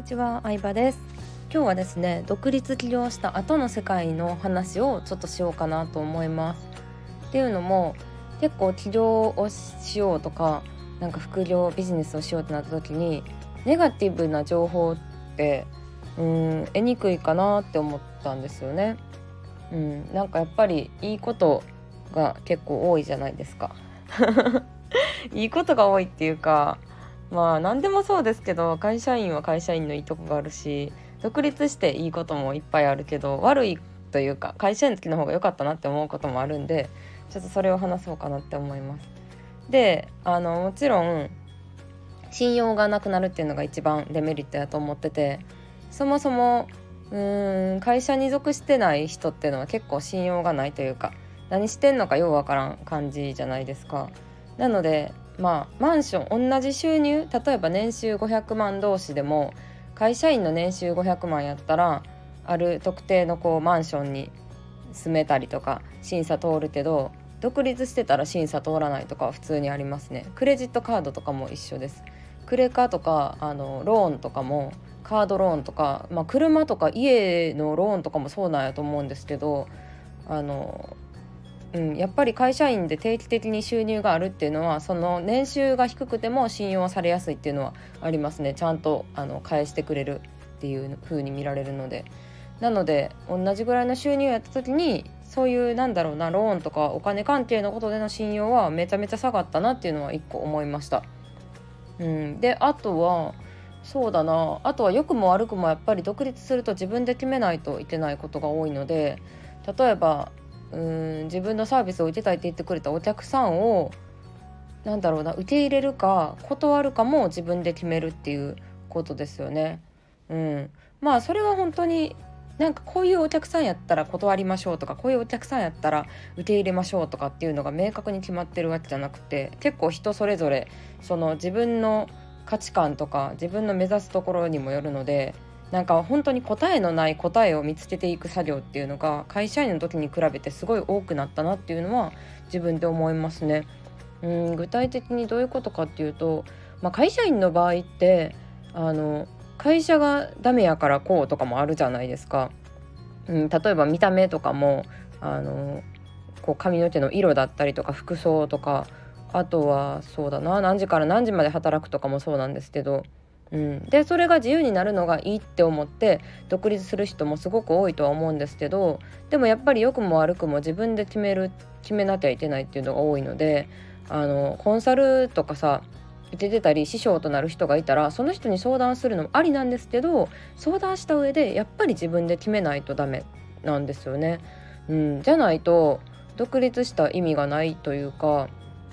ちは、相葉です。今日はですね、独立起業した後の世界の話をちょっとしようかなと思います。っていうのも、結構起業をしようとか、なんか副業ビジネスをしようってなった時にネガティブな情報って得にくいかなって思ったんですよね。なんかやっぱりいいことが結構多いじゃないですか。いいことが多いっていうか、まあ何でもそうですけど、会社員は会社員のいいとこがあるし、独立していいこともいっぱいあるけど、悪いというか会社員の時の方が良かったなって思うこともあるんで、ちょっとそれを話そうかなって思います。で、もちろん信用がなくなるっていうのが一番デメリットだと思ってて、そもそも会社に属してない人っていうのは結構信用がないというか、何してんのかようわからん感じじゃないですか。なのでマンション同じ収入、例えば年収500万同士でも、会社員の年収500万やったらある特定のマンションに住めたりとか審査通るけど、独立してたら審査通らないとかは普通にありますね。クレジットカードとかも一緒です。クレカとかローンとかも、カードローンとか、車とか家のローンとかもそうなんやと思うんですけど、やっぱり会社員で定期的に収入があるっていうのは、その年収が低くても信用されやすいっていうのはありますね。ちゃんと返してくれるっていう風に見られるので。なので同じぐらいの収入やった時に、そういうローンとかお金関係のことでの信用はめちゃめちゃ下がったなっていうのは一個思いました。で、あとは良くも悪くもやっぱり独立すると自分で決めないといけないことが多いので、例えば自分のサービスを受けたいって言ってくれたお客さんを受け入れるか断るかも自分で決めるっていうことですよね。それは本当にこういうお客さんやったら断りましょうとか、こういうお客さんやったら受け入れましょうとかっていうのが明確に決まってるわけじゃなくて、結構人それぞれその自分の価値観とか自分の目指すところにもよるので、本当に答えのない答えを見つけていく作業っていうのが会社員の時に比べてすごい多くなったなっていうのは自分で思いますね。具体的にどういうことかっていうと、会社員の場合って会社がダメやからこうとかもあるじゃないですか。例えば見た目とかも髪の毛の色だったりとか服装とか、あとは何時から何時まで働くとかもそうなんですけど、でそれが自由になるのがいいって思って独立する人もすごく多いとは思うんですけど、でもやっぱり良くも悪くも自分で決めなきゃいけないっていうのが多いので、コンサルとか受けてたり師匠となる人がいたら、その人に相談するのもありなんですけど、相談した上でやっぱり自分で決めないとダメなんですよね。じゃないと独立した意味がないというか、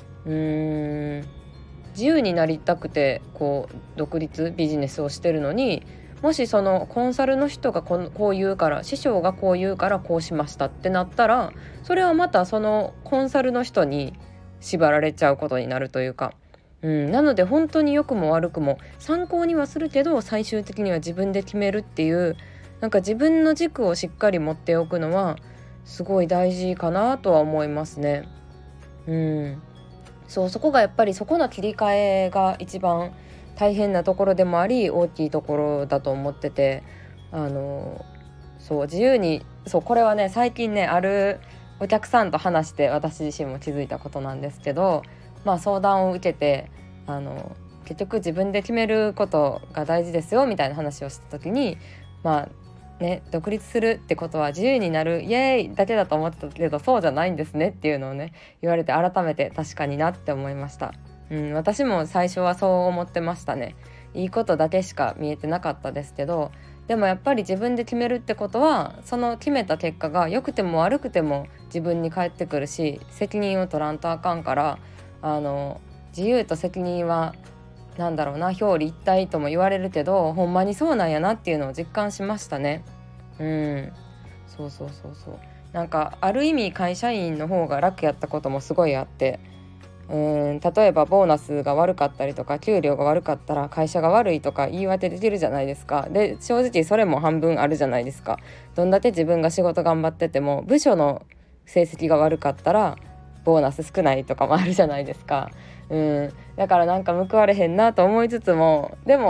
自由になりたくて独立ビジネスをしてるのに、もしそのコンサルの人がこう言うから、師匠がこう言うからこうしましたってなったら、それはまたそのコンサルの人に縛られちゃうことになるというか、なので本当に良くも悪くも参考にはするけど、最終的には自分で決めるっていう、自分の軸をしっかり持っておくのはすごい大事かなとは思いますね。そこがやっぱり、そこの切り替えが一番大変なところでもあり大きいところだと思ってて、自由にこれはね、最近ね、あるお客さんと話して私自身も気づいたことなんですけど、相談を受けて結局自分で決めることが大事ですよみたいな話をした時に、独立するってことは自由になるイエーイだけだと思ってたけど、そうじゃないんですねっていうのをね言われて、改めて確かになって思いました。私も最初はそう思ってましたね。いいことだけしか見えてなかったですけど、でもやっぱり自分で決めるってことは、その決めた結果が良くても悪くても自分に返ってくるし、責任を取らんとあかんから、自由と責任は表裏一体とも言われるけど、ほんまにそうなんやなっていうのを実感しましたね。そうある意味会社員の方が楽やったこともすごいあって、例えばボーナスが悪かったりとか給料が悪かったら会社が悪いとか言い訳できるじゃないですか。で正直それも半分あるじゃないですか。どんだけ自分が仕事頑張ってても部署の成績が悪かったらボーナス少ないとかもあるじゃないですか。だから報われへんなと思いつつも、でも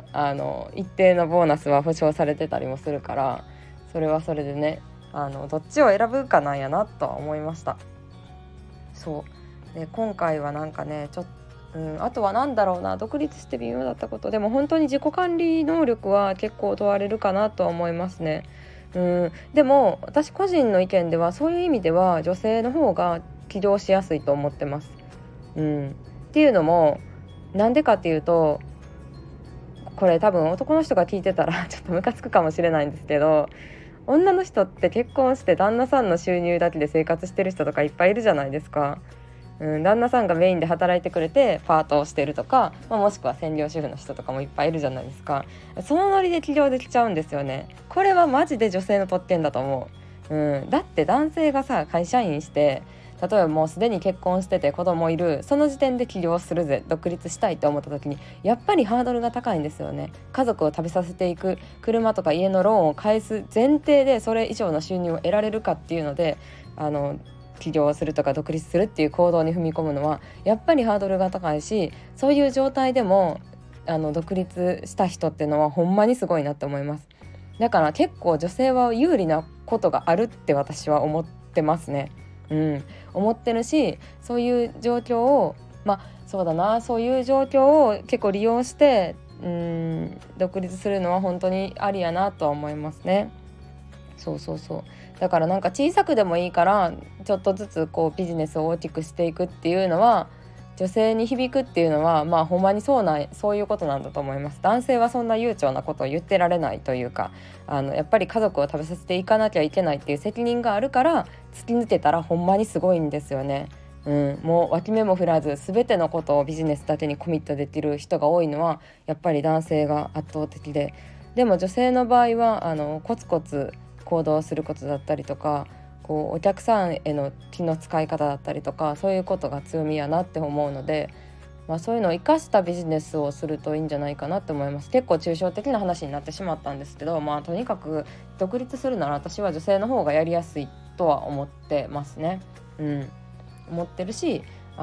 一定のボーナスは保証されてたりもするから、それはそれでねどっちを選ぶかなんやなとは思いました。そうで今回はなんかねあとはなんだろうな、独立して微妙だったことでも本当に自己管理能力は結構問われるかなとは思いますね。でも私個人の意見ではそういう意味では女性の方が起業しやすいと思ってます。っていうのもなんでかっていうと、これ多分男の人が聞いてたらちょっとムカつくかもしれないんですけど、女の人って結婚して旦那さんの収入だけで生活してる人とかいっぱいいるじゃないですか。旦那さんがメインで働いてくれてパートをしてるとか、もしくは専業主婦の人とかもいっぱいいるじゃないですか。そのノリで起業できちゃうんですよね。これはマジで女性の特権だと思う。だって男性がさ会社員して、例えばもうすでに結婚してて子供いる、その時点で起業するぜ、独立したいって思った時にやっぱりハードルが高いんですよね。家族を食べさせていく、車とか家のローンを返す前提でそれ以上の収入を得られるかっていうので起業するとか独立するっていう行動に踏み込むのはやっぱりハードルが高いし、そういう状態でも独立した人っていうのはほんまにすごいなって思います。だから結構女性は有利なことがあるって私は思ってますね。思ってるし、そういう状況をそうだな、そういう状況を結構利用して独立するのは本当にありやなとは思いますね。そうだからなんか小さくでもいいからちょっとずつこうビジネスを大きくしていくっていうのは、女性に響くっていうのはほんまにそういうことなんだと思います。男性はそんな悠長なことを言ってられないというか、やっぱり家族を食べさせていかなきゃいけないっていう責任があるから突き抜けたらほんまにすごいんですよね。もう脇目も振らず全てのことをビジネスだけにコミットできる人が多いのはやっぱり男性が圧倒的で、でも女性の場合はコツコツ行動することだったりとか、こうお客さんへの気の使い方だったりとか、そういうことが強みやなって思うので、そういうのを生かしたビジネスをするといいんじゃないかなって思います。結構抽象的な話になってしまったんですけど、とにかく独立するなら私は女性の方がやりやすいとは思ってますね。思ってるし、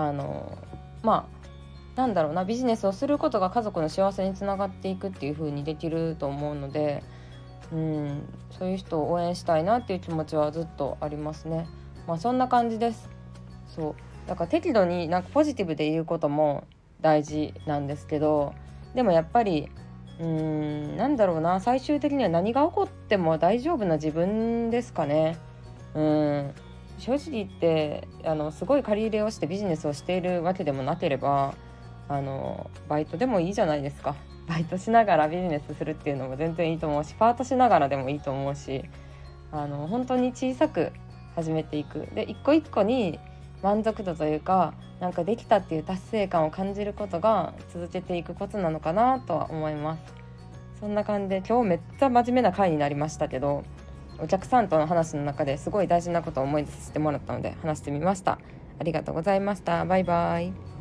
なんだろうな、ビジネスをすることが家族の幸せにつながっていくっていう風にできると思うので、そういう人を応援したいなっていう気持ちはずっとありますね。そんな感じです。だから適度になんかポジティブで言うことも大事なんですけど、でもやっぱりなんだろうな、最終的には何が起こっても大丈夫な自分ですかね。正直言ってすごい借り入れをしてビジネスをしているわけでもなければバイトでもいいじゃないですか。バイトしながらビジネスするっていうのも全然いいと思うし、パートしながらでもいいと思うし、本当に小さく始めていく。で一個一個に満足度というか、なんかできたっていう達成感を感じることが続けていくことなのかなとは思います。そんな感じで今日めっちゃ真面目な回になりましたけど、お客さんとの話の中ですごい大事なことを思い出させてもらったので話してみました。ありがとうございました。バイバイ。